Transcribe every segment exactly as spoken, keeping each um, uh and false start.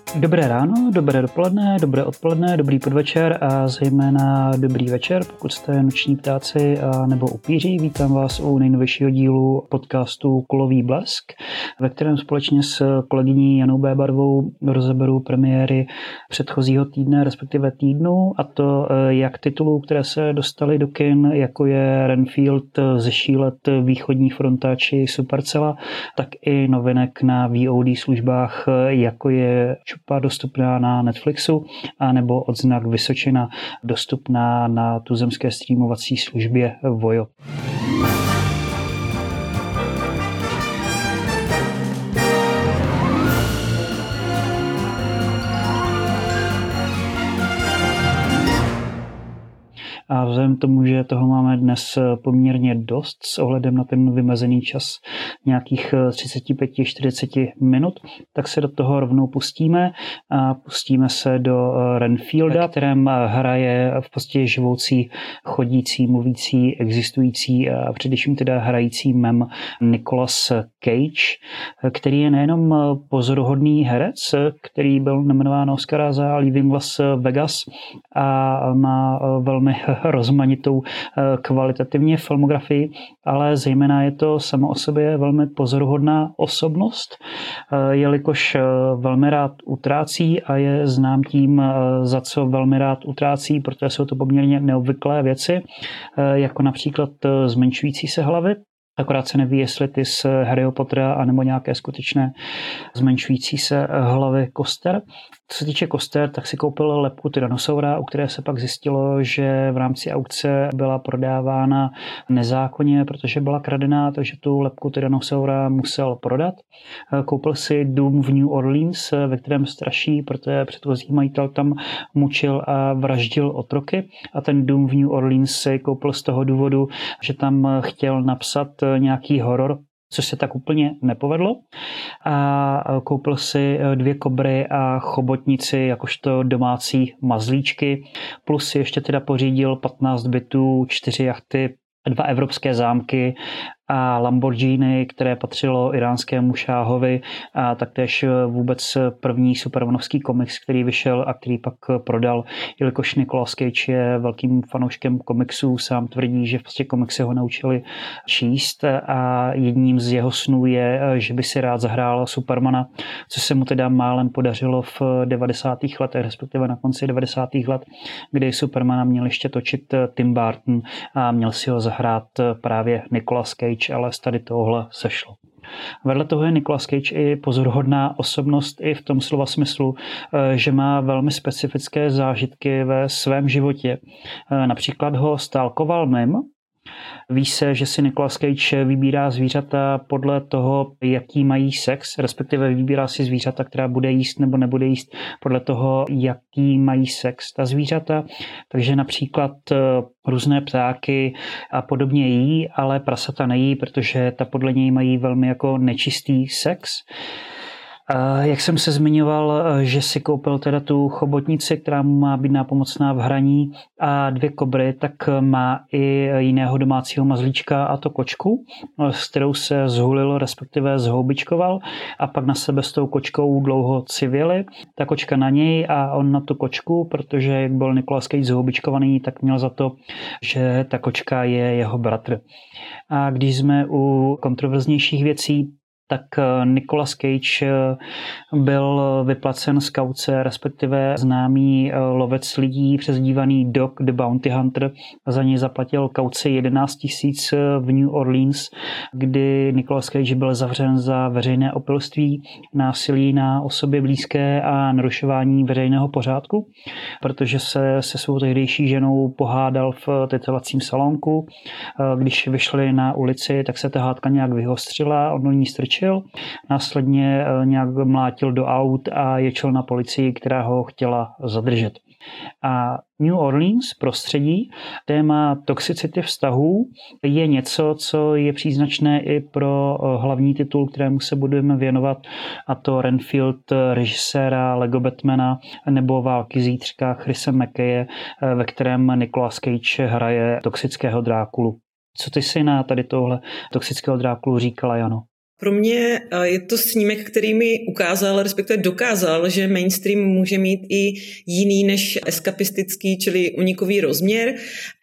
Dobré ráno, dobré dopoledne, dobré odpoledne, dobrý podvečer a zejména dobrý večer, pokud jste noční ptáci a nebo upíři. Vítám vás u nejnovějšího dílu podcastu Kulový blesk, ve kterém společně s kolegyní Janou Bébarovou rozeberu premiéry předchozího týdne, respektive týdnu, a to jak titulů, které se dostaly do kin, jako je Renfield, Zešílet, Východní fronta či Supercella, tak i novinek na V O D službách, jako je Čupa dostupná na Netflixu, a nebo Odznak Vysočina dostupná na tuzemské streamovací službě Vojo. A vzhledem k tomu, že toho máme dnes poměrně dost s ohledem na ten vymezený čas nějakých třicet pět až čtyřicet minut, tak se do toho rovnou pustíme a pustíme se do Renfielda, kterém hraje v podstatě živoucí, chodící, mluvící, existující a především teda hrající mem Nicolas Cage, který je nejenom pozoruhodný herec, který byl nominován na Oscara za Leaving Las Vegas a má velmi rozmanitou kvalitativně filmografii, ale zejména je to samo o sobě velmi pozoruhodná osobnost, jelikož velmi rád utrácí a je znám tím, za co velmi rád utrácí, protože jsou to poměrně neobvyklé věci, jako například zmenšující se hlavy. Akorát se neví, jestli ty z Harryho Pottera anebo nějaké skutečné zmenšující se hlavy koster. Co se týče koster, tak si koupil lebku Tyrannosaura, u které se pak zjistilo, že v rámci aukce byla prodávána nezákonně, protože byla kradená, takže tu lebku Tyrannosaura musel prodat. Koupil si dům v New Orleans, ve kterém straší, protože předchozí majitel tam mučil a vraždil otroky. A ten dům v New Orleans si koupil z toho důvodu, že tam chtěl napsat nějaký horor, což se tak úplně nepovedlo. A koupil si dvě kobry a chobotnici jakožto domácí mazlíčky, plus si ještě teda pořídil patnáct bytů, čtyři jachty, dva evropské zámky a Lamborghini, které patřilo iránskému šáhovi, a taktéž vůbec první supermanovský komiks, který vyšel a který pak prodal, jelikož Nicolas Cage je velkým fanouškem komiksů, sám tvrdí, že prostě komiksy ho naučili číst a jedním z jeho snů je, že by si rád zahrál Supermana, co se mu teda málem podařilo v devadesátých letech, respektive na konci devadesátých let, kdy Supermana měl ještě točit Tim Burton a měl si ho zahrát právě Nicolas Cage, ale z tady tohohle sešlo. Vedle toho je Nicolas Cage i pozoruhodná osobnost i v tom slova smyslu, že má velmi specifické zážitky ve svém životě. Například ho stálkoval mim. Ví se, že si Nicolas Cage vybírá zvířata podle toho, jaký mají sex, respektive vybírá si zvířata, která bude jíst nebo nebude jíst podle toho, jaký mají sex ta zvířata. Takže například různé ptáky a podobně jí, ale prasata nejí, protože ta podle něj mají velmi jako nečistý sex. Jak jsem se zmiňoval, že si koupil teda tu chobotnici, která mu má být nápomocná v hraní, a dvě kobry, tak má i jiného domácího mazlíčka, a to kočku, s kterou se zhulil, respektive zhoubičkoval, a pak na sebe s tou kočkou dlouho civěli. Ta kočka na něj a on na tu kočku, protože jak byl Nicolas Cage zhoubičkovaný, tak měl za to, že ta kočka je jeho bratr. A když jsme u kontroverznějších věcí, tak Nicolas Cage byl vyplacen z kauce, respektive známý lovec lidí přezdívaný Dog the Bounty Hunter. Za něj zaplatil kauci jedenáct tisíc v New Orleans, kdy Nicolas Cage byl zavřen za veřejné opilství, násilí na osobě blízké a narušování veřejného pořádku, protože se se svou tehdejší ženou pohádal v tetovacím salonku. Když vyšli na ulici, tak se ta hádka nějak vyhostřila, on do ní strčil. Následně nějak mlátil do aut a ječel na policii, která ho chtěla zadržet. A New Orleans prostředí, téma toxicity vztahů, je něco, co je příznačné i pro hlavní titul, kterému se budeme věnovat, a to Renfield režiséra Lego Batmana nebo Války zítřka Chrisa McKaye, ve kterém Nicolas Cage hraje toxického Drákulu. Co ty si na tady tohle toxického Drákulu říkala, Jano? Pro mě je to snímek, který mi ukázal, respektive dokázal, že mainstream může mít i jiný než eskapistický, čili unikový rozměr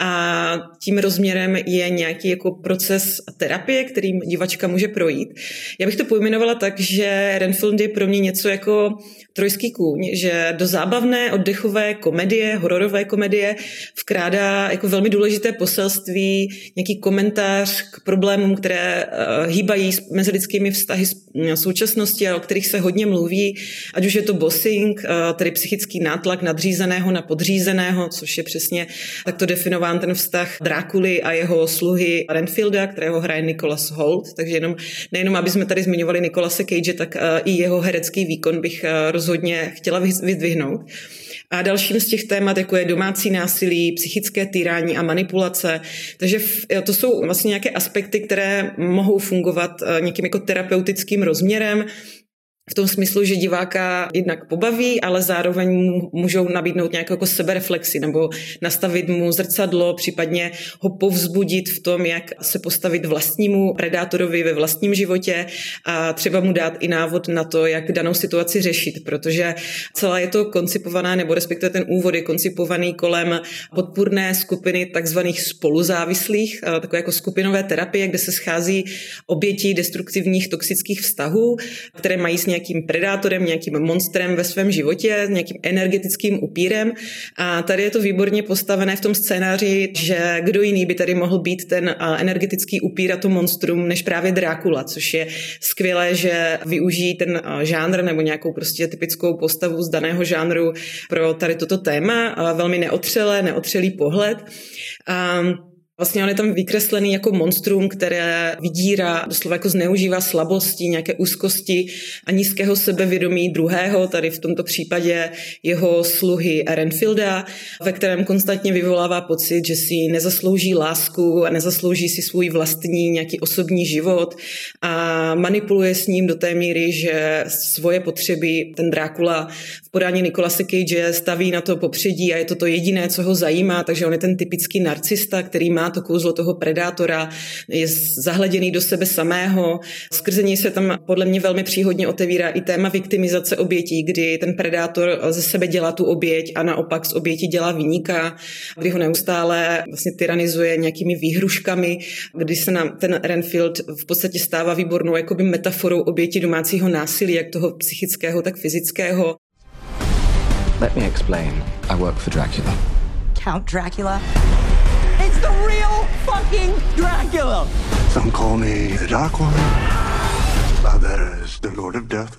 a tím rozměrem je nějaký jako proces terapie, kterým divačka může projít. Já bych to pojmenovala tak, že Renfield je pro mě něco jako trojský kůň, že do zábavné oddechové komedie, hororové komedie vkrádá jako velmi důležité poselství, nějaký komentář k problémům, které uh, hýbají mezi lidskými vztahy současnosti a o kterých se hodně mluví, ať už je to bossing, uh, tedy psychický nátlak nadřízeného na podřízeného, což je přesně takto definován ten vztah Drákuly a jeho sluhy Renfielda, kterého hraje Nicholas Hoult, takže jenom, nejenom aby jsme tady zmiňovali Nicholase Cage, tak uh, i jeho herecký výkon bych uh, rozhodně chtěla vyzdvihnout. A dalším z těch témat, jako je domácí násilí, psychické týrání a manipulace. Takže to jsou vlastně nějaké aspekty, které mohou fungovat nějakým jako terapeutickým rozměrem, v tom smyslu, že diváka jednak pobaví, ale zároveň mu můžou nabídnout nějakou jako sebereflexi nebo nastavit mu zrcadlo, případně ho povzbudit v tom, jak se postavit vlastnímu predátorovi ve vlastním životě a třeba mu dát i návod na to, jak danou situaci řešit, protože celá je to koncipovaná, nebo respektive ten úvod je koncipovaný kolem podpůrné skupiny takzvaných spoluzávislých, takové jako skupinové terapie, kde se schází oběti destruktivních toxických vztahů, které mají s nějakým predátorem, nějakým monstrem ve svém životě, nějakým energetickým upírem. A tady je to výborně postavené v tom scénáři, že kdo jiný by tady mohl být ten energetický upír a to monstrum, než právě Drákula, což je skvělé, že využijí ten žánr nebo nějakou prostě typickou postavu z daného žánru pro tady toto téma. Velmi neotřelé, neotřelý pohled. A vlastně on je tam vykreslený jako monstrum, které vydírá, doslova jako zneužívá slabosti, nějaké úzkosti a nízkého sebevědomí druhého, tady v tomto případě jeho sluhy Renfielda, ve kterém konstantně vyvolává pocit, že si nezaslouží lásku a nezaslouží si svůj vlastní nějaký osobní život a manipuluje s ním do té míry, že svoje potřeby ten Drákula v podání Nicholase Cage staví na to popředí a je to to jediné, co ho zajímá, takže on je ten typický narcista, který má to kouzlo toho predátora, je zahleděný do sebe samého. Skrze něj se tam podle mě velmi příhodně otevírá i téma viktimizace obětí, kdy ten predátor ze sebe dělá tu oběť a naopak z oběti dělá viníka, kdy ho neustále vlastně tyranizuje nějakými výhruškami, kdy se nám ten Renfield v podstatě stává výbornou jakoby metaforou oběti domácího násilí, jak toho psychického, tak fyzického. Let me explain. I work for Dracula. Count Dracula? It's the real fucking Dracula! Some call me the Dark One. Others the Lord of Death.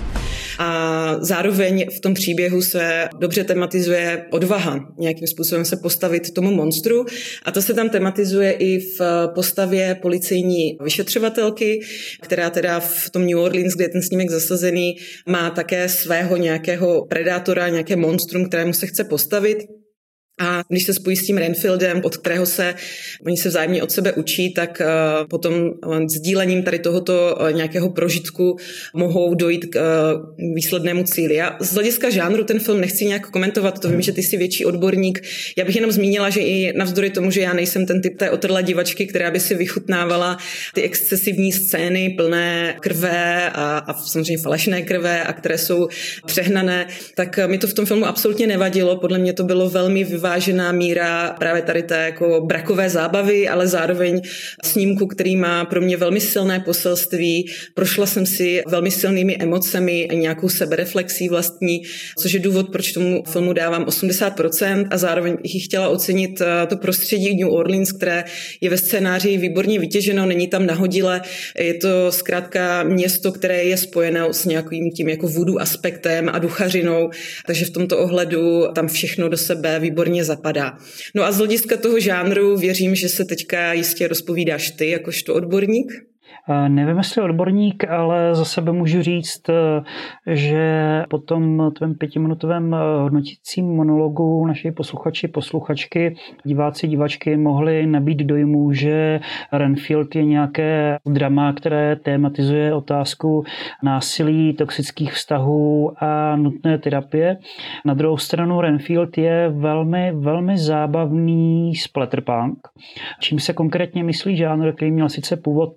A zároveň v tom příběhu se dobře tematizuje odvaha, nějakým způsobem se postavit tomu monstru a to se tam tematizuje i v postavě policejní vyšetřovatelky, která teda v tom New Orleans, kde je ten snímek zasazený, má také svého nějakého predátora, nějaké monstrum, kterému se chce postavit. A když se spojí s tím Renfieldem, od kterého se, oni se vzájemně od sebe učí, tak uh, potom uh, sdílením tady tohoto uh, nějakého prožitku mohou dojít k uh, výslednému cíli. Já z hlediska žánru ten film nechci nějak komentovat, to vím, že ty jsi větší odborník. Já bych jenom zmínila, že i navzdory tomu, že já nejsem ten typ té otrlé divačky, která by si vychutnávala ty excesivní scény plné krve a, a samozřejmě falešné krve a které jsou přehnané, tak mi to v tom filmu absolutně nevadilo. Podle mě to bylo velmi vyvážená míra právě tady té jako brakové zábavy, ale zároveň snímku, který má pro mě velmi silné poselství. Prošla jsem si velmi silnými emocemi a nějakou sebereflexí vlastní, což je důvod, proč tomu filmu dávám osmdesát procent a zároveň bych chtěla ocenit to prostředí New Orleans, které je ve scénáři výborně vytěženo, není tam nahodile, je to zkrátka město, které je spojeno s nějakým tím jako voodoo aspektem a duchařinou, takže v tomto ohledu tam všechno do sebe výborně zapadá. No a z hlediska toho žánru věřím, že se teďka jistě rozpovídáš ty, jakožto odborník. Nevím, jestli odborník, ale za sebe můžu říct, že po tom tvém pětiminutovém hodnotícím monologu naši posluchači, posluchačky, diváci, divačky mohli nabít dojmu, že Renfield je nějaké drama, které tématizuje otázku násilí, toxických vztahů a nutné terapie. Na druhou stranu Renfield je velmi, velmi zábavný splatterpunk. Čím se konkrétně myslí žánr, který měl sice původ v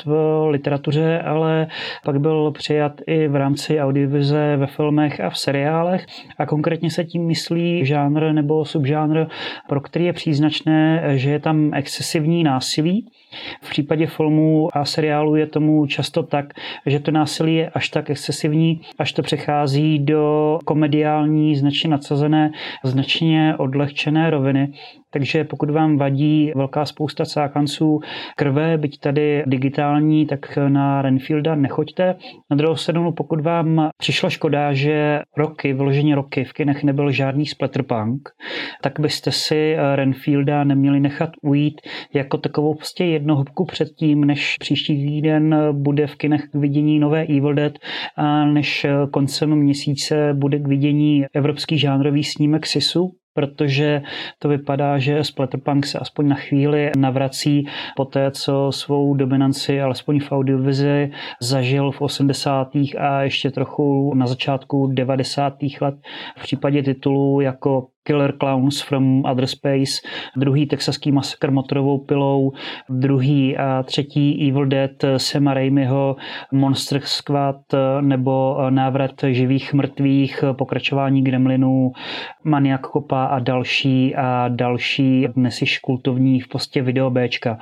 po literatuře, ale pak byl přijat i v rámci audiovize ve filmech a v seriálech a konkrétně se tím myslí žánr nebo subžánr, pro který je příznačné, že je tam excesivní násilí. V případě filmů a seriálů je tomu často tak, že to násilí je až tak excesivní, až to přechází do komediální, značně nadsazené, značně odlehčené roviny. Takže pokud vám vadí velká spousta cákanců krve, byť tady digitální, tak na Renfielda nechoďte. Na druhou stranu, pokud vám přišla škoda, že roky, vyloženě roky v kinech nebyl žádný splatterpunk, tak byste si Renfielda neměli nechat ujít jako takovou prostě jednohubku před tím, než příští týden bude v kinech k vidění nové Evil Dead a než koncem měsíce bude k vidění evropský žánrový snímek Sisu, protože to vypadá, že Splatterpunk se aspoň na chvíli navrací po té, co svou dominanci alespoň v audiovizi zažil v osmdesátých a ještě trochu na začátku devadesátých let v případě titulů jako Killer Clowns from Outer Space, druhý texaský masakr motorovou pilou, druhý a třetí Evil Dead Sama Raimiho, Monster Squad nebo Návrat živých mrtvých, pokračování Gremlinů, Maniac Copa a další a další dnes již kultovní v podstatě video Bčka.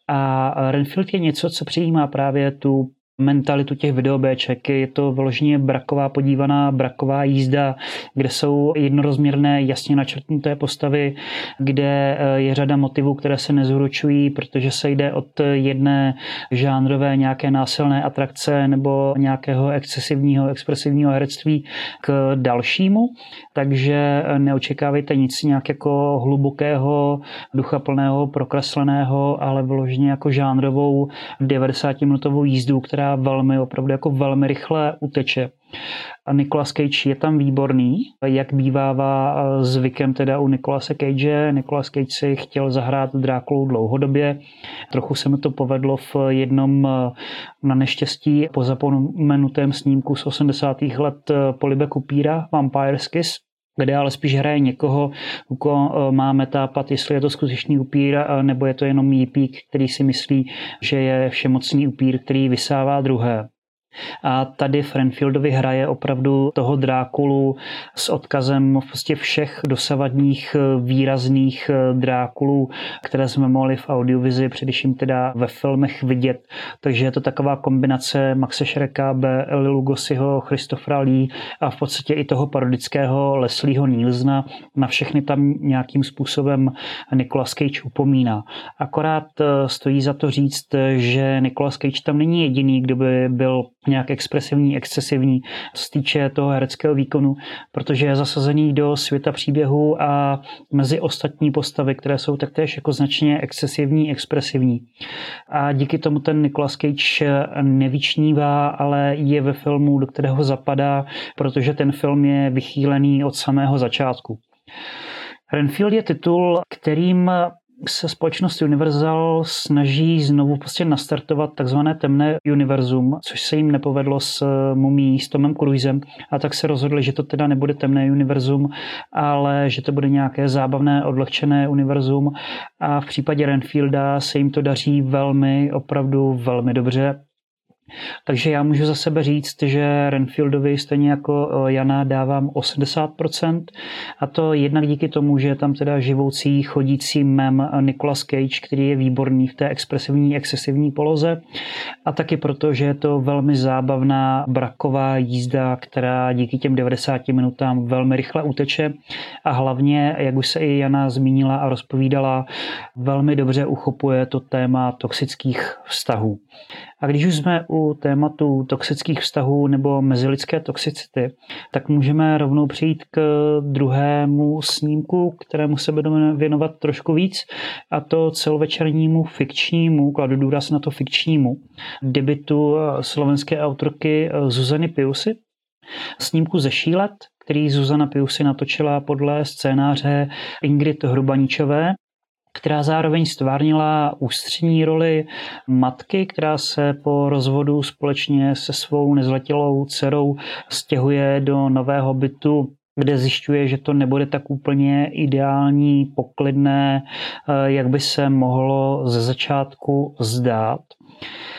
A Renfield je něco, co přijímá právě tu mentalitu těch videobéček. Je to vyloženě braková podívaná, braková jízda, kde jsou jednorozměrné, jasně načrtnuté postavy, kde je řada motivů, které se nezúročují, protože se jde od jedné žánrové nějaké násilné atrakce nebo nějakého excesivního, expresivního herectví k dalšímu. Takže neočekávejte nic nějak jako hlubokého, duchaplného, prokresleného, ale vyloženě jako žánrovou devadesátiminutovou jízdu, která velmi, opravdu jako velmi rychle uteče. A Nicolas Cage je tam výborný, jak bývává zvykem teda u Nicolase Cage. Nicolas Cage si chtěl zahrát Drákulu dlouhodobě. Trochu se mu to povedlo v jednom na neštěstí pozapomenutém snímku z osmdesátých let Polibe Kupíra, Vampire's Kiss, kde ale spíš hraje někoho, u koho máme tápat, jestli je to skutečný upír, nebo je to jenom jípík, který si myslí, že je všemocný upír, který vysává druhé. A tady v Renfieldovi hraje opravdu toho Drákulu s odkazem v prostě všech dosavadních výrazných Drákulů, které jsme mohli v audiovizi, především teda ve filmech vidět. Takže je to taková kombinace Maxe Schrecka, Bela Lugosiho, Christophera Lee a v podstatě i toho parodického Leslieho Nielsena. Na všechny tam nějakým způsobem Nicolas Cage upomíná. Akorát stojí za to říct, že Nicolas Cage tam není jediný, kdo by byl nějak expresivní, excesivní, co se týče toho hereckého výkonu, protože je zasazený do světa příběhu a mezi ostatní postavy, které jsou taktéž jako značně excesivní, expresivní. A díky tomu ten Nicolas Cage nevyčnívá, ale je ve filmu, do kterého zapadá, protože ten film je vychýlený od samého začátku. Renfield je titul, kterým se společnost Universal snaží znovu prostě nastartovat takzvané temné univerzum, což se jim nepovedlo s Mumí, s Tomem Cruisem, a tak se rozhodli, že to teda nebude temné univerzum, ale že to bude nějaké zábavné, odlehčené univerzum, a v případě Renfielda se jim to daří velmi, opravdu velmi dobře. Takže já můžu za sebe říct, že Renfieldovi stejně jako Jana dávám osmdesát procent, a to jednak díky tomu, že je tam teda živoucí, chodící mem Nicolas Cage, který je výborný v té expresivní, excesivní poloze, a taky proto, že je to velmi zábavná braková jízda, která díky těm devadesáti minutám velmi rychle uteče a hlavně, jak už se i Jana zmínila a rozpovídala, velmi dobře uchopuje to téma toxických vztahů. A když už jsme u tématu toxických vztahů nebo mezilidské toxicity, tak můžeme rovnou přijít k druhému snímku, kterému se budeme věnovat trošku víc, a to celovečernímu fikčnímu, kladu důraz na to fikčnímu, debutu slovenské autorky Zuzany Piusy, snímku Ze šílet, který Zuzana Piusy natočila podle scénáře Ingrid Hrubaničové, která zároveň stvárnila ústřední roli matky, která se po rozvodu společně se svou nezletilou dcerou stěhuje do nového bytu, kde zjišťuje, že to nebude tak úplně ideální, poklidné, jak by se mohlo ze začátku zdát.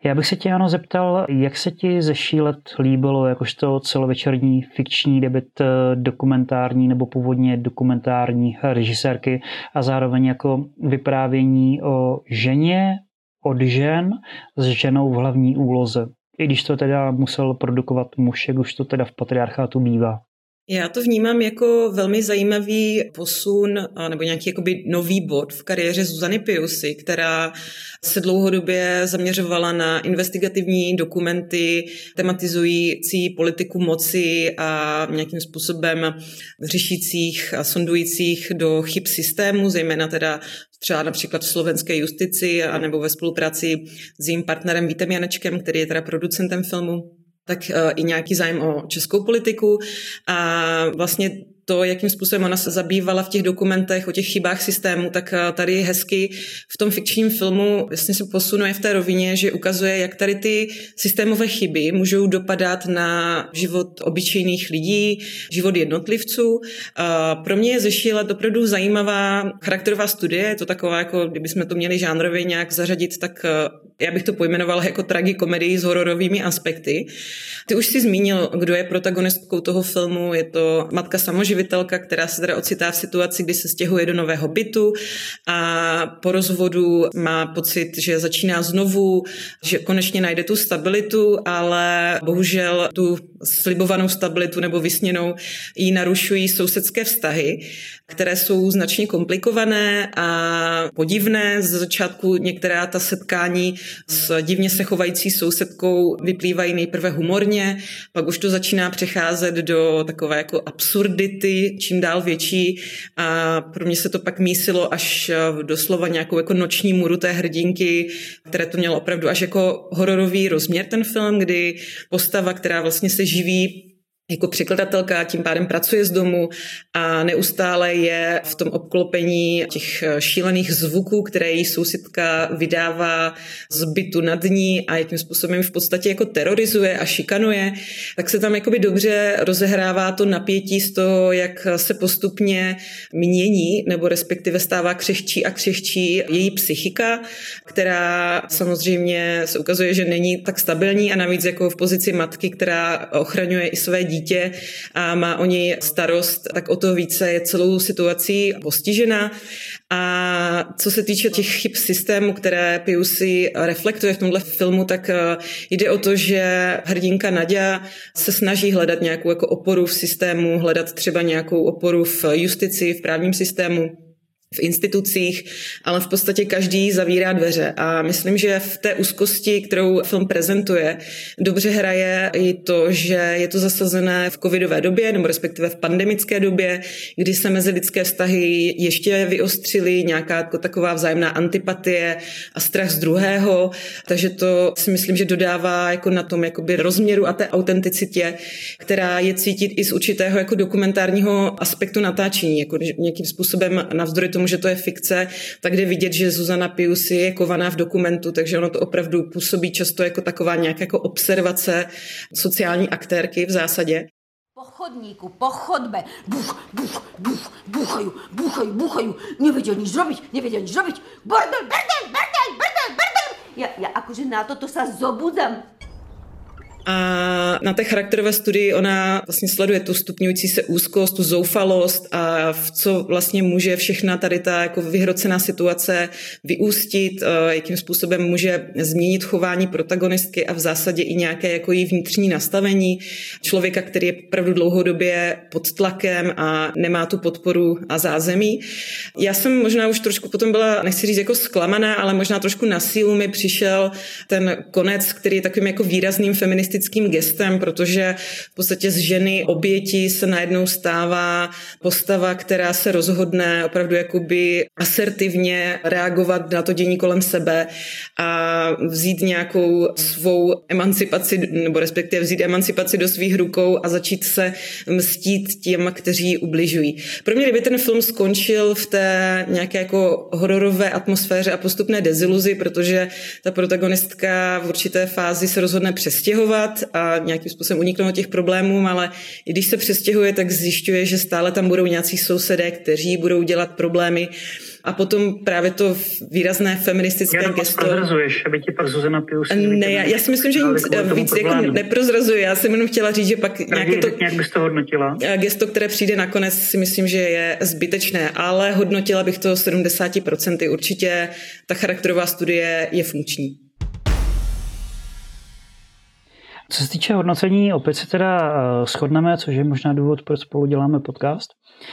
Já bych se tě, Jano, zeptal, jak se ti ze Šílet líbilo jakožto celovečerní fikční debut dokumentární nebo původně dokumentární režisérky a zároveň jako vyprávění o ženě, od žen s ženou v hlavní úloze. I když to teda musel produkovat muž, jak už to teda v patriarchátu bývá. Já to vnímám jako velmi zajímavý posun nebo nějaký jakoby nový bod v kariéře Zuzany Piusy, která se dlouhodobě zaměřovala na investigativní dokumenty tematizující politiku moci a nějakým způsobem řešících a sondujících do chyb systému, zejména teda třeba například v slovenské justici anebo ve spolupráci s jejím partnerem Vítem Janečkem, který je teda producentem filmu, tak i nějaký zájem o českou politiku a vlastně to, jakým způsobem ona se zabývala v těch dokumentech o těch chybách systému, tak tady hezky v tom fikčním filmu vlastně se posunuje v té rovině, že ukazuje, jak tady ty systémové chyby můžou dopadat na život obyčejných lidí, život jednotlivců. A pro mě je ze Šílet opravdu zajímavá charakterová studie, je to taková, jako kdybychom to měli žánrově nějak zařadit, tak já bych to pojmenovala jako tragikomedii s hororovými aspekty. Ty už si zmínil, kdo je protagonistkou toho filmu, je to matka samoživitelka, která se teda ocitá v situaci, kdy se stěhuje do nového bytu a po rozvodu má pocit, že začíná znovu, že konečně najde tu stabilitu, ale bohužel tu slibovanou stabilitu nebo vysněnou jí narušují sousedské vztahy, které jsou značně komplikované a podivné. Z začátku některá ta setkání s divně se chovající sousedkou vyplývají nejprve humorně, pak už to začíná přecházet do takové jako absurdity, čím dál větší a pro mě se to pak mísilo až doslova nějakou jako noční můru té hrdinky, které to mělo opravdu až jako hororový rozměr ten film, kdy postava, která vlastně se živí jako překladatelka, tím pádem pracuje z domu a neustále je v tom obklopení těch šílených zvuků, které její sousedka vydává z bytu nad ní a jakým způsobem v podstatě jako terorizuje a šikanuje, tak se tam jakoby dobře rozehrává to napětí z toho, jak se postupně mění nebo respektive stává křehčí a křehčí její psychika, která samozřejmě se ukazuje, že není tak stabilní a navíc jako v pozici matky, která ochraňuje i své dítě dítě a má o něj starost, tak o to více je celou situací postižena. A co se týče těch chyb systému, které Piusy reflektuje v tomhle filmu, tak jde o to, že hrdinka Naďa se snaží hledat nějakou jako oporu v systému, hledat třeba nějakou oporu v justici, v právním systému, v institucích, ale v podstatě každý zavírá dveře a myslím, že v té úzkosti, kterou film prezentuje, dobře hraje i to, že je to zasazené v covidové době, nebo respektive v pandemické době, kdy se mezi lidské vztahy ještě vyostřily, nějaká jako taková vzájemná antipatie a strach z druhého, takže to si myslím, že dodává jako na tom jakoby rozměru a té autenticitě, která je cítit i z určitého jako dokumentárního aspektu natáčení, jako nějakým způsobem navzdory tomu, že to je fikce, tak jde vidět, že Zuzana Piusy je kovaná v dokumentu, takže ono to opravdu působí často jako taková nějaká jako observace sociální aktérky v zásadě. Po chodníku, po chodbe, buch, buch, buch, buchajú, buchajú, buchajú, nevedia nič robiť, nevedia nič robiť, bordel, bordel, bordel, bordel, bordel. Ja, ja akože na toto sa zobudám. A na té charakterové studii ona vlastně sleduje tu stupňující se úzkost, tu zoufalost a v co vlastně může všechna tady ta jako vyhrocená situace vyústit, jakým způsobem může změnit chování protagonistky a v zásadě i nějaké jako její vnitřní nastavení člověka, který je opravdu dlouhodobě pod tlakem a nemá tu podporu a zázemí. Já jsem možná už trošku potom byla, nechci říct jako zklamaná, ale možná trošku na sílu mi přišel ten konec, který je takovým jako výrazným feministickým gestem, protože v podstatě z ženy oběti se najednou stává postava, která se rozhodne opravdu jakoby asertivně reagovat na to dění kolem sebe a vzít nějakou svou emancipaci, nebo respektive vzít emancipaci do svých rukou a začít se mstít těm, kteří ubližují. Pro mě, kdyby ten film skončil v té nějaké jako hororové atmosféře a postupné deziluzi, protože ta protagonistka v určité fázi se rozhodne přestěhovat a nějakým způsobem uniknout těch problémů, ale i když se přestěhuje, tak zjišťuje, že stále tam budou nějací sousedé, kteří budou dělat problémy A potom právě to výrazné feministické já gesto. Prozrazuješ, aby ti pak Zuzana Pius... Ne, já, já si myslím, že nic víc jako neprozrazuju. Já jsem jenom chtěla říct, že pak nějaké to, nějak bys to hodnotila. Gesto, které přijde nakonec, si myslím, že je zbytečné, ale hodnotila bych to sedmdesát procent. Určitě ta charakterová studie je funkční. Co se týče hodnocení, opět se teda shodneme, což je možná důvod, proč spolu děláme podcast.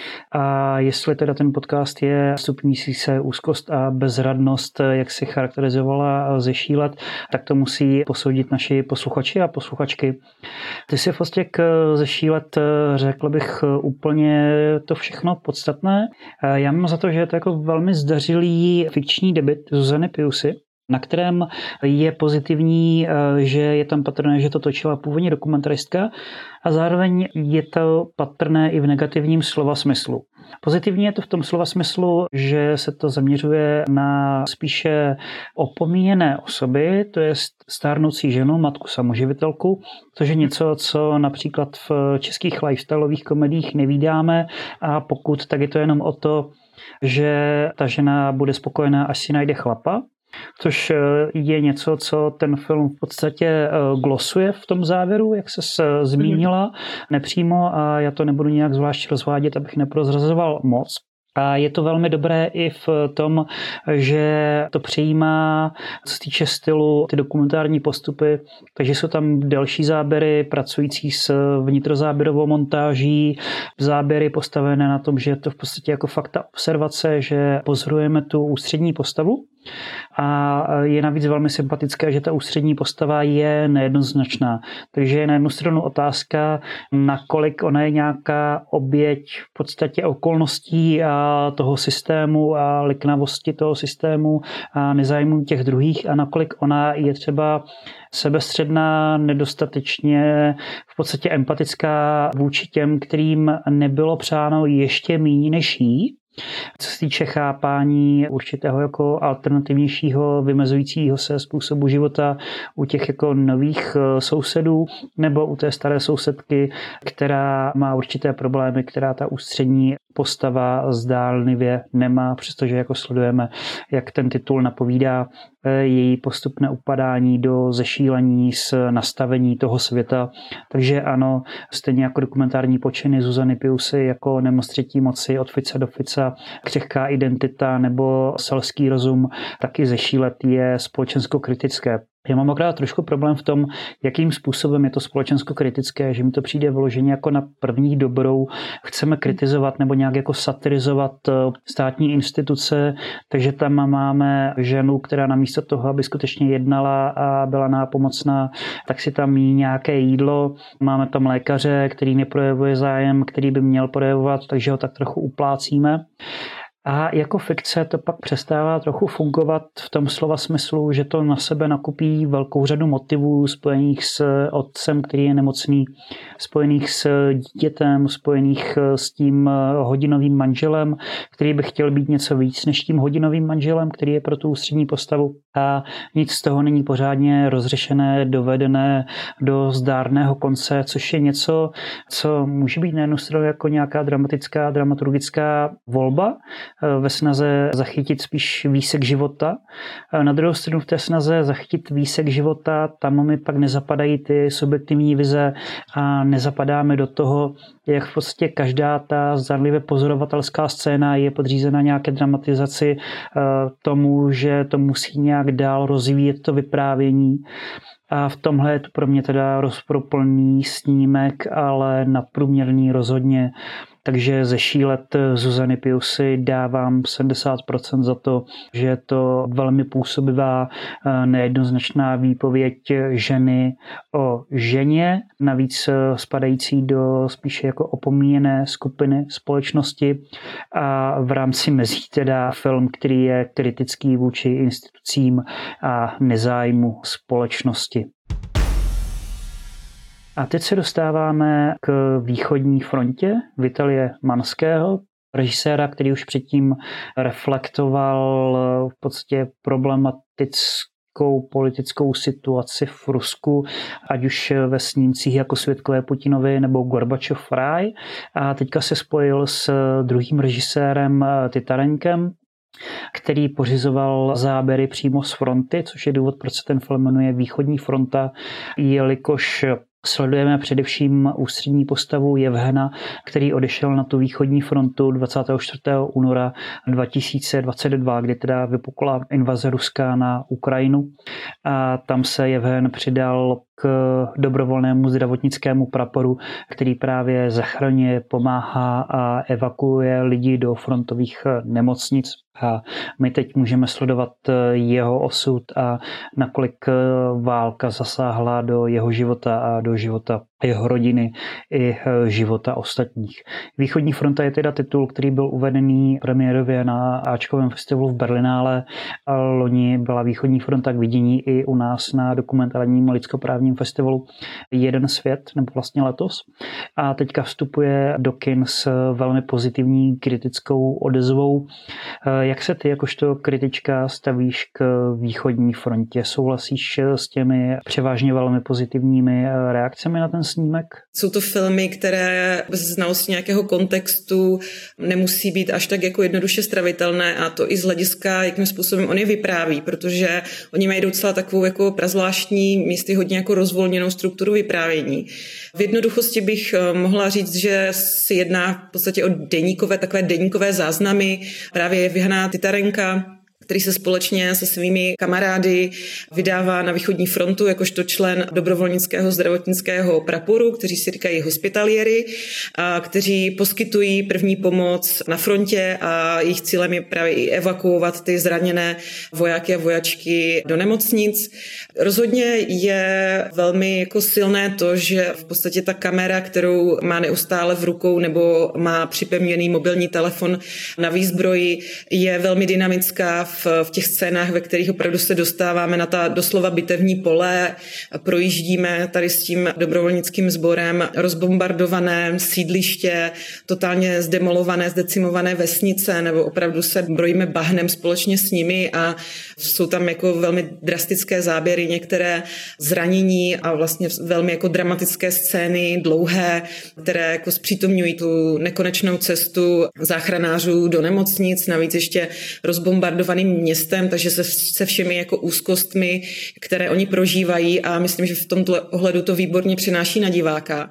A jestli teda ten podcast je stupňující se úzkost a bezradnost, jak si charakterizovala Zešílet, tak to musí posoudit naši posluchači a posluchačky. Ty si vlastně k Zešílet řekl bych úplně to všechno podstatné. Já mám za to, že je to jako velmi zdařilý fikční debut Zuzany Piusy, na kterém je pozitivní, že je tam patrné, že to točila původně dokumentaristka a zároveň je to patrné i v negativním slova smyslu. Pozitivní je to v tom slova smyslu, že se to zaměřuje na spíše opomíjené osoby, to je stárnoucí ženu, matku samoživitelku, což je něco, co například v českých lifestyleových komediích nevídáme a pokud, tak je to jenom o to, že ta žena bude spokojená, až si najde chlapa, což je něco, co ten film v podstatě glosuje v tom závěru, jak se zmínila nepřímo a já to nebudu nějak zvlášť rozvádět, abych neprozrazoval moc. A je to velmi dobré i v tom, že to přejímá, co se týče stylu, ty dokumentární postupy, takže jsou tam další záběry pracující s vnitrozáběrovou montáží, záběry postavené na tom, že je to v podstatě jako fakta observace, že pozorujeme tu ústřední postavu. A je navíc velmi sympatické, že ta ústřední postava je nejednoznačná. Takže je na jednu stranu otázka, nakolik ona je nějaká oběť v podstatě okolností a toho systému a liknavosti toho systému a nezájmu těch druhých a nakolik ona je třeba sebestředná, nedostatečně v podstatě empatická vůči těm, kterým nebylo přáno ještě méně než jí. Co se týče chápání určitého jako alternativnějšího, vymezujícího se způsobu života u těch jako nových sousedů nebo u té staré sousedky, která má určité problémy, která ta ústřední postava zdálnivě nemá, přestože jako sledujeme, jak ten titul napovídá, její postupné upadání do zešílení s nastavení toho světa. Takže ano, stejně jako dokumentární počiny Zuzany Piusy, jako Nemoc třetí moci, Od Fica do Fica, Křehká identita nebo Selský rozum, taky Zešílet je společensko-kritické. Já mám akorát trošku problém v tom, jakým způsobem je to společensko-kritické, že mi to přijde vyloženě jako na první dobrou. Chceme kritizovat nebo nějak jako satirizovat státní instituce, takže tam máme ženu, která namísto toho, aby skutečně jednala a byla nápomocná, tak si tam jí nějaké jídlo. Máme tam lékaře, který neprojevuje zájem, který by měl projevovat, takže ho tak trochu uplácíme. A jako fikce to pak přestává trochu fungovat v tom slova smyslu, že to na sebe nakupí velkou řadu motivů spojených s otcem, který je nemocný, spojených s dítětem, spojených s tím hodinovým manželem, který by chtěl být něco víc než tím hodinovým manželem, který je pro tu ústřední postavu. A nic z toho není pořádně rozřešené, dovedené do zdárného konce, což je něco, co může být na jednu stranu jako nějaká dramatická, dramaturgická volba, ve snaze zachytit spíš výsek života. Na druhou stranu v té snaze zachytit výsek života, tam mi pak nezapadají ty subjektivní vize a nezapadáme do toho, jak v podstatě každá ta zdánlivě pozorovatelská scéna je podřízena nějaké dramatizaci tomu, že to musí nějak dál rozvíjet to vyprávění. A v tomhle je to pro mě teda rozporuplný snímek, ale nadprůměrný rozhodně. Takže Zešílet Zuzany Piusy dávám sedmdesát procent za to, že je to velmi působivá, nejednoznačná výpověď ženy o ženě, navíc spadající do spíše jako opomíjené skupiny společnosti a v rámci mezí teda film, který je kritický vůči institucím a nezájmu společnosti. A teď se dostáváme k východní frontě Vitalie Manského, režiséra, který už předtím reflektoval v podstatě problematickou politickou situaci v Rusku, ať už ve snímcích jako Svědkové Putinovi nebo Gorbačov ráj. A teďka se spojil s druhým režisérem Titarenkem, který pořizoval záběry přímo z fronty, což je důvod, proč se ten film jmenuje Východní fronta, jelikož sledujeme především ústřední postavu Jevhena, který odešel na tu východní frontu dvacátého čtvrtého února dva tisíce dvacet dva, kdy teda vypukla invaze Ruska na Ukrajinu. A tam se Jevhen přidal k dobrovolnému zdravotnickému praporu, který právě zachraňuje, pomáhá a evakuuje lidi do frontových nemocnic. A my teď můžeme sledovat jeho osud a nakolik válka zasáhla do jeho života a do života jeho rodiny i života ostatních. Východní fronta je teda titul, který byl uvedený premiérově na Ačkovém festivalu v Berlinále. A loni byla Východní fronta k vidění i u nás na dokumentárním lidskoprávním festivalu Jeden svět, nebo vlastně letos. A teďka vstupuje do kin s velmi pozitivní kritickou odezvou. Jak se ty jakožto kritička stavíš k Východní frontě? Souhlasíš s těmi převážně velmi pozitivními reakcemi na ten snímek? Jsou to filmy, které bez znalosti nějakého kontextu nemusí být až tak jako jednoduše stravitelné, a to i z hlediska, jakým způsobem on je vypráví, protože oni mají docela takovou jako prazvláštní, místy hodně jako rozvolněnou strukturu vyprávění. V jednoduchosti bych mohla říct, že se jedná v podstatě o deníkové, takové deníkové záznamy právě Jevhena Titarenka, který se společně se svými kamarády vydává na Východní frontu jakožto člen dobrovolnického zdravotnického praporu, kteří si říkají hospitaliéry, a kteří poskytují první pomoc na frontě, a jejich cílem je právě i evakuovat ty zraněné vojáky a vojačky do nemocnic. Rozhodně je velmi jako silné to, že v podstatě ta kamera, kterou má neustále v rukou nebo má připevněný mobilní telefon na výzbroji, je velmi dynamická v, v těch scénách, ve kterých opravdu se dostáváme na ta doslova bitevní pole, projíždíme tady s tím dobrovolnickým sborem rozbombardované sídliště, totálně zdemolované, zdecimované vesnice, nebo opravdu se brojíme bahnem společně s nimi, a jsou tam jako velmi drastické záběry, některé zranění a vlastně velmi jako dramatické scény, dlouhé, které jako zpřítomňují tu nekonečnou cestu záchranářů do nemocnic, navíc ještě rozbombardovaným městem, takže se, se všemi jako úzkostmi, které oni prožívají, a myslím, že v tomto ohledu to výborně přináší na diváka.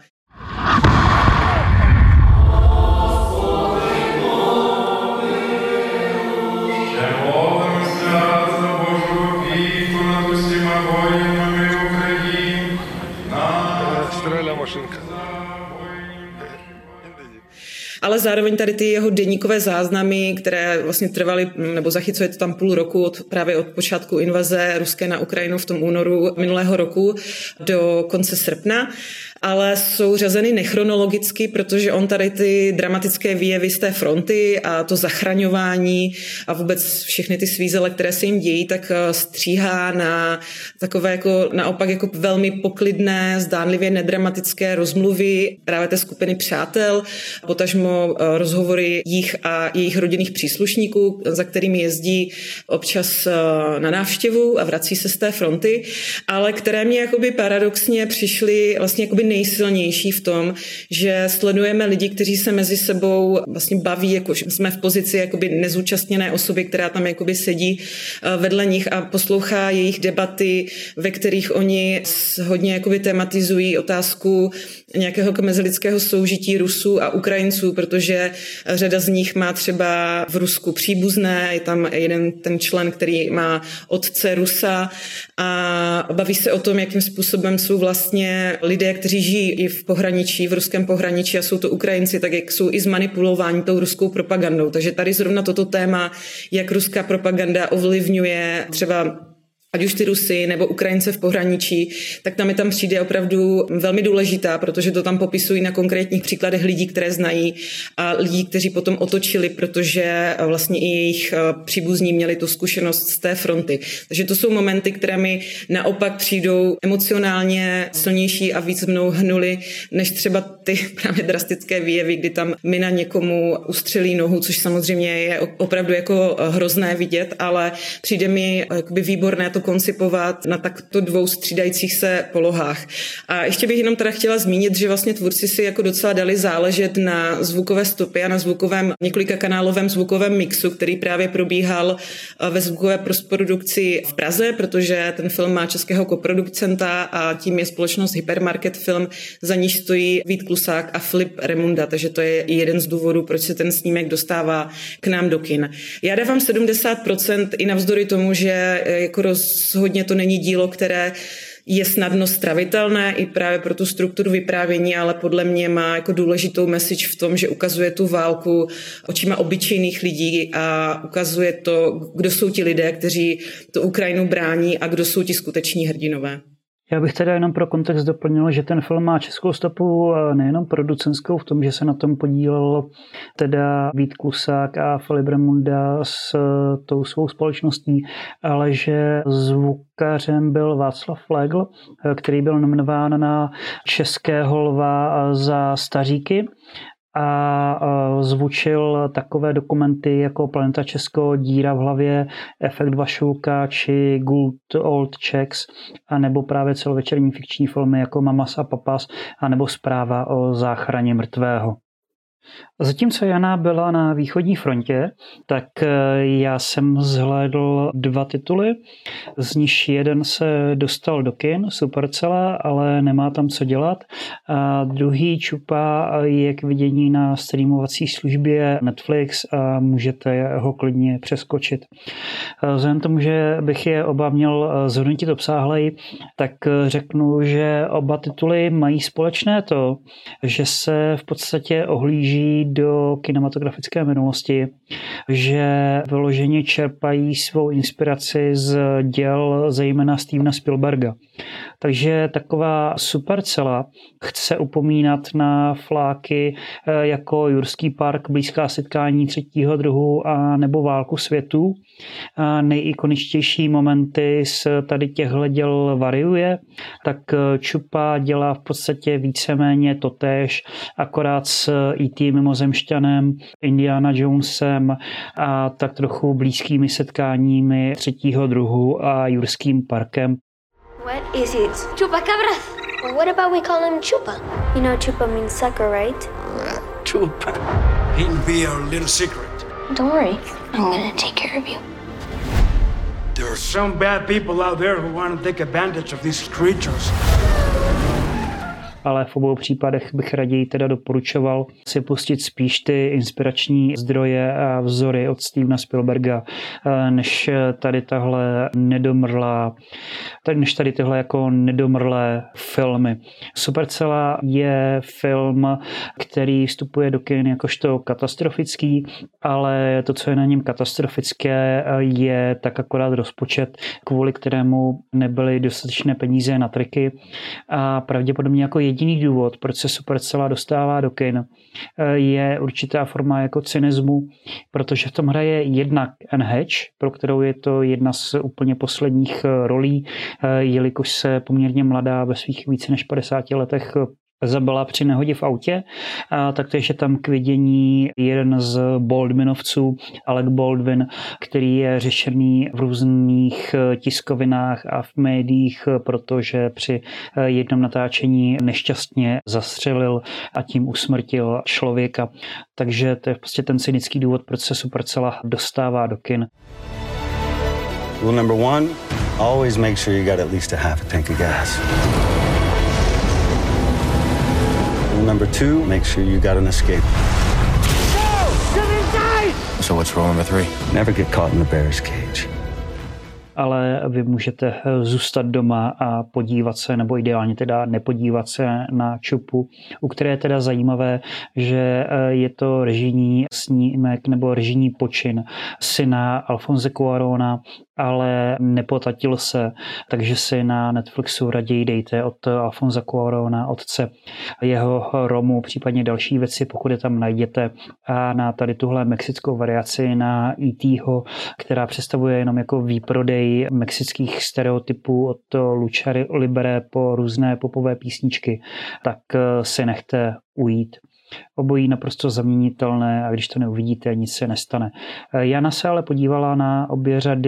Ale zároveň tady ty jeho deníkové záznamy, které vlastně trvaly, nebo zachycuje to tam půl roku od, právě od počátku invaze ruské na Ukrajinu v tom únoru minulého roku do konce srpna, ale jsou řazeny nechronologicky, protože on tady ty dramatické výjevy z té fronty a to zachraňování a vůbec všechny ty svízele, které se jim dějí, tak stříhá na takové jako naopak jako velmi poklidné, zdánlivě nedramatické rozmluvy právě té skupiny přátel, potažmo rozhovory jich a jejich rodinných příslušníků, za kterými jezdí občas na návštěvu a vrací se z té fronty, ale které mě jakoby paradoxně přišly vlastně jakoby nejsilnější v tom, že sledujeme lidi, kteří se mezi sebou vlastně baví, jako jsme v pozici jakoby nezúčastněné osoby, která tam jakoby sedí vedle nich a poslouchá jejich debaty, ve kterých oni hodně jakoby tematizují otázku nějakého mezilidského soužití Rusů a Ukrajinců, protože řada z nich má třeba v Rusku příbuzné, je tam jeden ten člen, který má otce Rusa, a baví se o tom, jakým způsobem jsou vlastně lidé, kteří žijí i v pohraničí, v ruském pohraničí, a jsou to Ukrajinci, tak jak jsou i zmanipulováni tou ruskou propagandou. Takže tady zrovna toto téma, jak ruská propaganda ovlivňuje třeba ať už ty Rusy nebo Ukrajince v pohraničí, tak tam mi tam přijde opravdu velmi důležitá, protože to tam popisují na konkrétních příkladech lidí, které znají, a lidí, kteří potom otočili, protože vlastně i jejich příbuzní měli tu zkušenost z té fronty. Takže to jsou momenty, které mi naopak přijdou emocionálně silnější a víc mnou hnuly, než třeba ty právě drastické výjevy, kdy tam mina někomu ustřelí nohu, což samozřejmě je opravdu jako hrozné vidět, ale přijde mi jakoby výborné to to koncipovat na takto dvou střídajících se polohách. A ještě bych jenom teda chtěla zmínit, že vlastně tvůrci si jako docela dali záležet na zvukové stopy a na zvukovém, několika kanálovém zvukovém mixu, který právě probíhal ve zvukové postprodukci v Praze, protože ten film má českého koproducenta a tím je společnost Hypermarket Film, za níž stojí Vít Klusák a Filip Remunda, takže to je jeden z důvodů, proč se ten snímek dostává k nám do kin. Já dávám sedmdesát procent i navzdory tomu, že jako rozhodně to není dílo, které je snadno stravitelné i právě pro tu strukturu vyprávění, ale podle mě má jako důležitou message v tom, že ukazuje tu válku očima obyčejných lidí a ukazuje to, kdo jsou ti lidé, kteří tu Ukrajinu brání a kdo jsou ti skuteční hrdinové. Já bych teda jenom pro kontext doplnil, že ten film má českou stopu nejenom producentskou v tom, že se na tom podílel teda Vít Klusák a Filip Remunda s tou svou společností, ale že zvukařem byl Václav Flégl, který byl nominován na Českého lva za Staříky a zvučil takové dokumenty jako Planeta Česko, Díra v hlavě, Efekt Vašulka či Good Old Czechs, a nebo právě celovečerní fikční filmy jako Mamas a Papas, a nebo Zpráva o záchraně mrtvého. Zatímco Jana byla na východní frontě, tak já jsem zhlédl dva tituly, z nich jeden se dostal do kin, Supercella, ale nemá tam co dělat, a druhý Čupa je k vidění na streamovací službě Netflix a můžete ho klidně přeskočit. Vzhledem tomu, že bych je oba měl zhodnotit obsáhlej, tak řeknu, že oba tituly mají společné to, že se v podstatě ohlíží do kinematografické minulosti, že vyloženě čerpají svou inspiraci z děl zejména Stevena Spielberga. Takže taková Supercella chce upomínat na fláky jako Jurský park, Blízká setkání třetího druhu a nebo Válku světů. A nejikoničtější momenty z tady těchto děl variuje, tak Čupa dělá v podstatě víceméně totéž, akorát s í té mimozemšťanem, Indiana Jonesem a tak trochu blízkými setkáními třetího druhu a Jurským parkem. What is it? Chupacabras. Well, what about we call him Chupa? You know Chupa means sucker, right? Chupa. He'll be our little secret. Don't worry, I'm gonna take care of you. There are some bad people out there who want to take advantage of these creatures. Ale v obou případech bych raději teda doporučoval si pustit spíš ty inspirační zdroje a vzory od Stevena Spielberga, než tady tahle nedomrlá, než tady tyhle jako nedomrlé filmy. Supercella je film, který vstupuje do kin jakožto katastrofický, ale to, co je na něm katastrofické, je tak akorát rozpočet, kvůli kterému nebyly dostatečné peníze na triky, a pravděpodobně jako jediný důvod, proč se Supercella dostává do kin, je určitá forma jako cynismu, protože v tom hraje jednak Anne Hatch, pro kterou je to jedna z úplně posledních rolí, jelikož se poměrně mladá ve svých více než padesáti letech zabila při nehodě v autě, a taktéž je tam k vidění jeden z Baldwinovců, Alec Baldwin, který je řešený v různých tiskovinách a v médiích, protože při jednom natáčení nešťastně zastřelil a tím usmrtil člověka. Takže to je prostě ten cynický důvod, proč se Supercella dostává do kin. Rule number one, always make sure you got at least a half a tank of gas. Number two, make sure you got an escape. No! You're gonna die! So what's rule number three? Never get caught in the bear's cage. Ale vy můžete zůstat doma a podívat se, nebo ideálně teda nepodívat se na Čupu, u které je teda zajímavé, že je to režijní snímek nebo režijní počin syna Alfonse Cuarona, ale nepotatil se, takže si na Netflixu raději dejte od Alfonsa Cuarona, otce, jeho Romu, případně další věci, pokud je tam najdete, a na tady tuhle mexickou variaci na í té, která představuje jenom jako výprodej mexických stereotypů od Lucha Libre po různé popové písničky, tak si nechte ujít. Obojí naprosto zaměnitelné a když to neuvidíte, nic se nestane. Jana se ale podívala na obě řady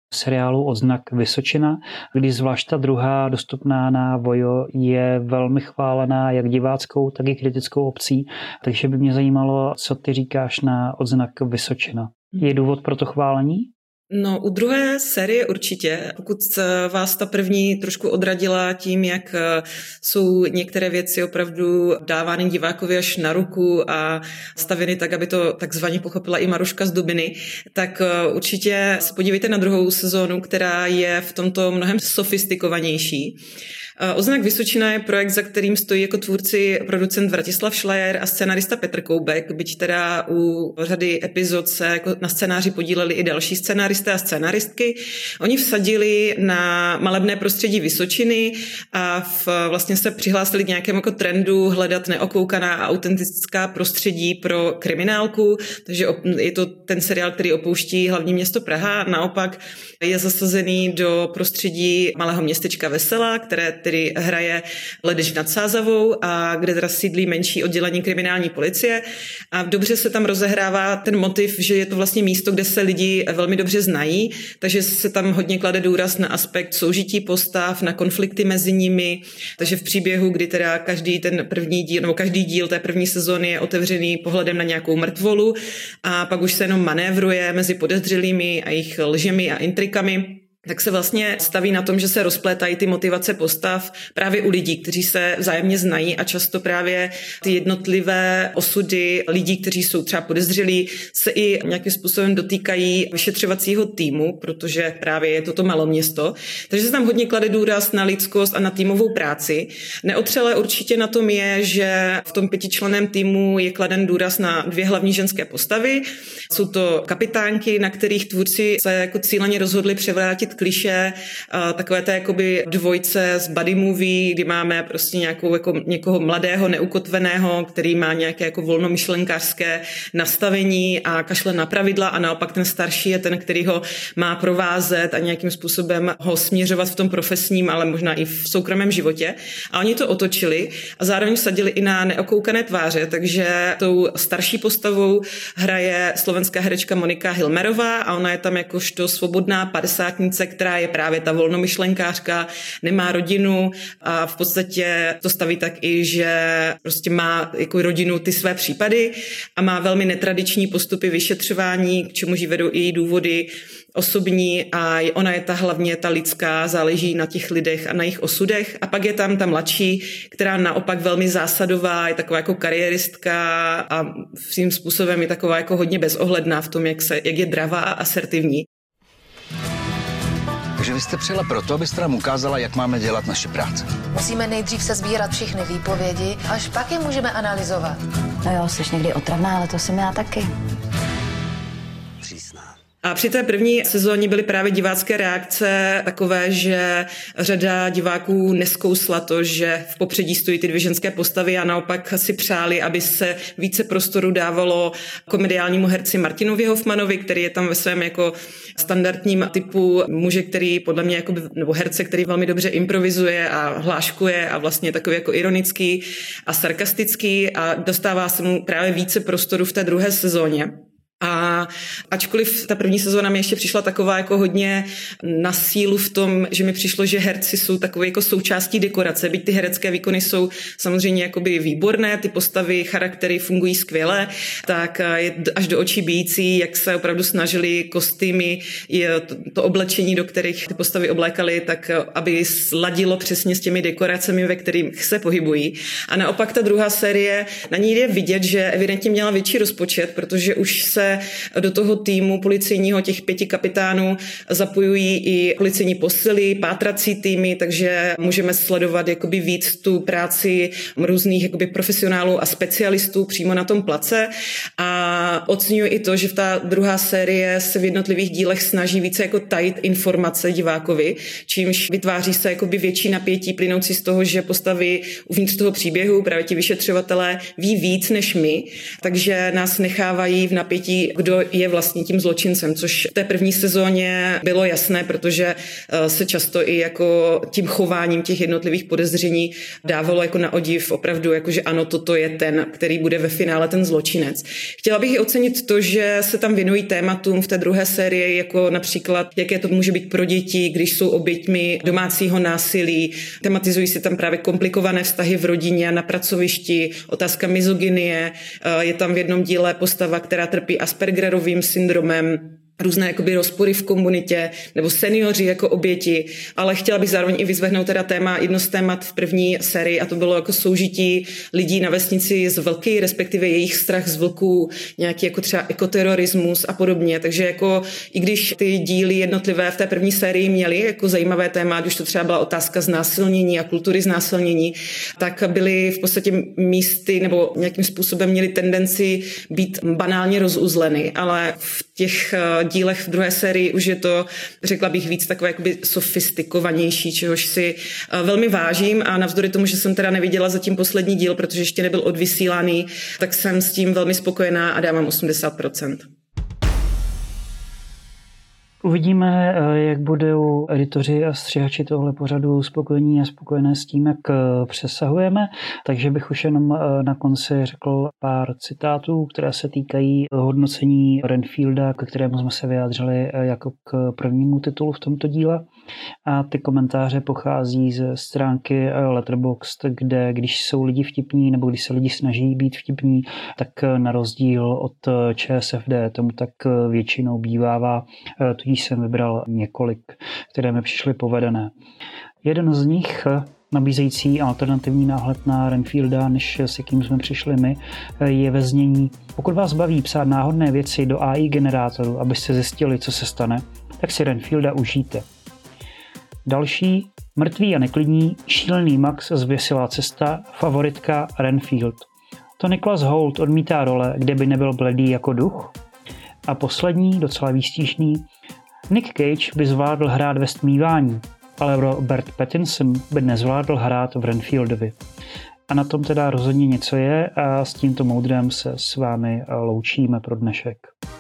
seriálu Odznak Vysočina, kdy zvlášť ta druhá dostupná na Vojo je velmi chválená jak diváckou, tak i kritickou obcí, takže by mě zajímalo, co ty říkáš na Odznak Vysočina. Je důvod pro to chválení? No, u druhé série určitě, pokud vás ta první trošku odradila tím, jak jsou některé věci opravdu dávány divákovi až na ruku a stavěny tak, aby to takzvaně pochopila i Maruška z Dubiny, tak určitě se podívejte na druhou sezónu, která je v tomto mnohem sofistikovanější. Odznak Vysočina je projekt, za kterým stojí jako tvůrci producent Vratislav Šlajer a scenarista Petr Koubek, byť teda u řady epizod se jako na scénáři podíleli i další scenáristé a scenaristky. Oni vsadili na malebné prostředí Vysočiny a v, vlastně se přihlásili k nějakému jako trendu hledat neokoukaná a autentická prostředí pro kriminálku, takže je to ten seriál, který opouští hlavní město Praha, naopak je zasazený do prostředí malého městečka Veselá, které tedy hraje Ledež nad Sázavou a kde teda sídlí menší oddělení kriminální policie a dobře se tam rozehrává ten motiv, že je to vlastně místo, kde se lidi velmi dobře znají, takže se tam hodně klade důraz na aspekt soužití postav, na konflikty mezi nimi, takže v příběhu, kdy teda každý ten první díl, nebo každý díl té první sezóny je otevřený pohledem na nějakou mrtvolu a pak už se jenom manévruje mezi podezřelými a jejich lžemi a intrikami, tak se vlastně staví na tom, že se rozplétají ty motivace postav právě u lidí, kteří se vzájemně znají a často právě ty jednotlivé osudy lidí, kteří jsou třeba podezřelí, se i nějakým způsobem dotýkají vyšetřovacího týmu, protože právě je toto maloměsto. Takže se tam hodně klade důraz na lidskost a na týmovou práci. Neotřelé určitě na tom je, že v tom pětičlenném týmu je kladen důraz na dvě hlavní ženské postavy. Jsou to kapitánky, na kterých tvůrci se jako cíleně rozhodli převrátit klišé, takové té jakoby dvojce z buddy movie, kdy máme prostě nějakou jako někoho mladého, neukotveného, který má nějaké jako volnomyšlenkářské nastavení a kašle na pravidla a naopak ten starší je ten, který ho má provázet a nějakým způsobem ho směřovat v tom profesním, ale možná i v soukromém životě. A oni to otočili a zároveň sadili i na neokoukané tváře, takže tou starší postavou hraje slovenská herečka Monika Hilmerová a ona je tam jakožto svobodná padesátnice, která je právě ta volnomyšlenkářka, nemá rodinu a v podstatě to staví tak i, že prostě má jako rodinu ty své případy a má velmi netradiční postupy vyšetřování, k čemuž jí vedou i její důvody osobní a ona je ta hlavně ta lidská, záleží na těch lidech a na jejich osudech. A pak je tam ta mladší, která naopak velmi zásadová, je taková jako kariéristka a svým způsobem je taková jako hodně bezohledná v tom, jak, se, jak je dravá a asertivní. Takže vy jste přijela proto, abyste nám ukázala, jak máme dělat naše práce. Musíme nejdřív se sbírat všechny výpovědi, až pak je můžeme analyzovat. No jo, jsi někdy otravná, ale to jsem já taky. Přísná. A při té první sezóně byly právě divácké reakce takové, že řada diváků neskousla to, že v popředí stojí ty dvě ženské postavy a naopak si přáli, aby se více prostoru dávalo komediálnímu herci Martinovi Hofmanovi, který je tam ve svém jako standardním typu muže, který podle mě jako, nebo herce, který velmi dobře improvizuje a hláškuje a vlastně takový jako ironický a sarkastický a dostává se mu právě více prostoru v té druhé sezóně. A ačkoliv ta první sezóna mi ještě přišla taková jako hodně na sílu v tom, že mi přišlo, že herci jsou takové jako součástí dekorace, byť ty herecké výkony jsou samozřejmě jakoby výborné, ty postavy, charaktery fungují skvěle, tak je až do očí bijící, jak se opravdu snažili kostýmy, to, to oblečení, do kterých ty postavy oblékaly, tak aby sladilo přesně s těmi dekoracemi, ve kterých se pohybují. A naopak ta druhá série, na ní je vidět, že evidentně měla větší rozpočet, protože už se do toho týmu policejního těch pěti kapitánů zapojují i policejní posily, pátrací týmy, takže můžeme sledovat jakoby víc tu práci různých jakoby profesionálů a specialistů přímo na tom place. A oceňuji i to, že v ta druhá série se v jednotlivých dílech snaží více jako tajit informace divákovi, čímž vytváří se jakoby větší napětí plynoucí z toho, že postavy uvnitř toho příběhu, právě ti vyšetřovatelé, ví víc než my, takže nás nechávají v napětí, kdo je vlastně tím zločincem, což v té první sezóně bylo jasné, protože se často i jako tím chováním těch jednotlivých podezření dávalo jako na odiv opravdu, jako že ano, toto je ten, který bude ve finále ten zločinec. Chtěla bych i ocenit to, že se tam věnují tématům v té druhé sérii, jako například, jaké to může být pro děti, když jsou oběťmi domácího násilí. Tematizují se tam právě komplikované vztahy v rodině, na pracovišti, otázka mizogynie. Je tam v jednom díle postava, která trpí Aspergerovým syndromem, různé jakoby rozpory v komunitě nebo seniori jako oběti, ale chtěla bych zároveň i vyzvehnout teda téma, jedno z témat v první sérii, a to bylo jako soužití lidí na vesnici z vlky, respektive jejich strach z vlků, nějaký jako třeba ekoterorismus a podobně. Takže jako i když ty díly jednotlivé v té první sérii měly jako zajímavé téma, ať už to třeba byla otázka znásilnění a kultury znásilnění, tak byly v podstatě místy nebo nějakým způsobem měly tendenci být banálně rozuzleny, ale v těch dílech v druhé sérii už je to, řekla bych, víc takové jakoby sofistikovanější, čehož si velmi vážím, a navzdory tomu, že jsem teda neviděla zatím poslední díl, protože ještě nebyl odvysílaný, tak jsem s tím velmi spokojená a dávám osmdesát procent. Uvidíme, jak budou editoři a střihači tohle pořadu spokojení a spokojené s tím, jak přesahujeme. Takže bych už jenom na konci řekl pár citátů, které se týkají hodnocení Renfielda, ke kterému jsme se vyjádřili jako k prvnímu titulu v tomto díle. A ty komentáře pochází ze stránky Letterboxd, kde když jsou lidi vtipní nebo když se lidi snaží být vtipní, tak na rozdíl od ČSFD tomu tak většinou bývává. Tudíž jsem vybral několik, které mi přišly povedené. Jeden z nich, nabízející alternativní náhled na Renfielda, než s jakým jsme přišli my, je ve znění: pokud vás baví psát náhodné věci do á í generátoru, abyste zjistili, co se stane, tak si Renfielda užijte. Další, mrtvý a neklidní, šílený Max, zvěsilá cesta, favoritka Renfield. To Nicholas Hoult odmítá role, kde by nebyl bledý jako duch. A poslední, docela výstižný, Nick Cage by zvládl hrát ve Stmívání, ale Robert Pattinson by nezvládl hrát v Renfieldovi. A na tom teda rozhodně něco je a s tímto moudrem se s vámi loučíme pro dnešek.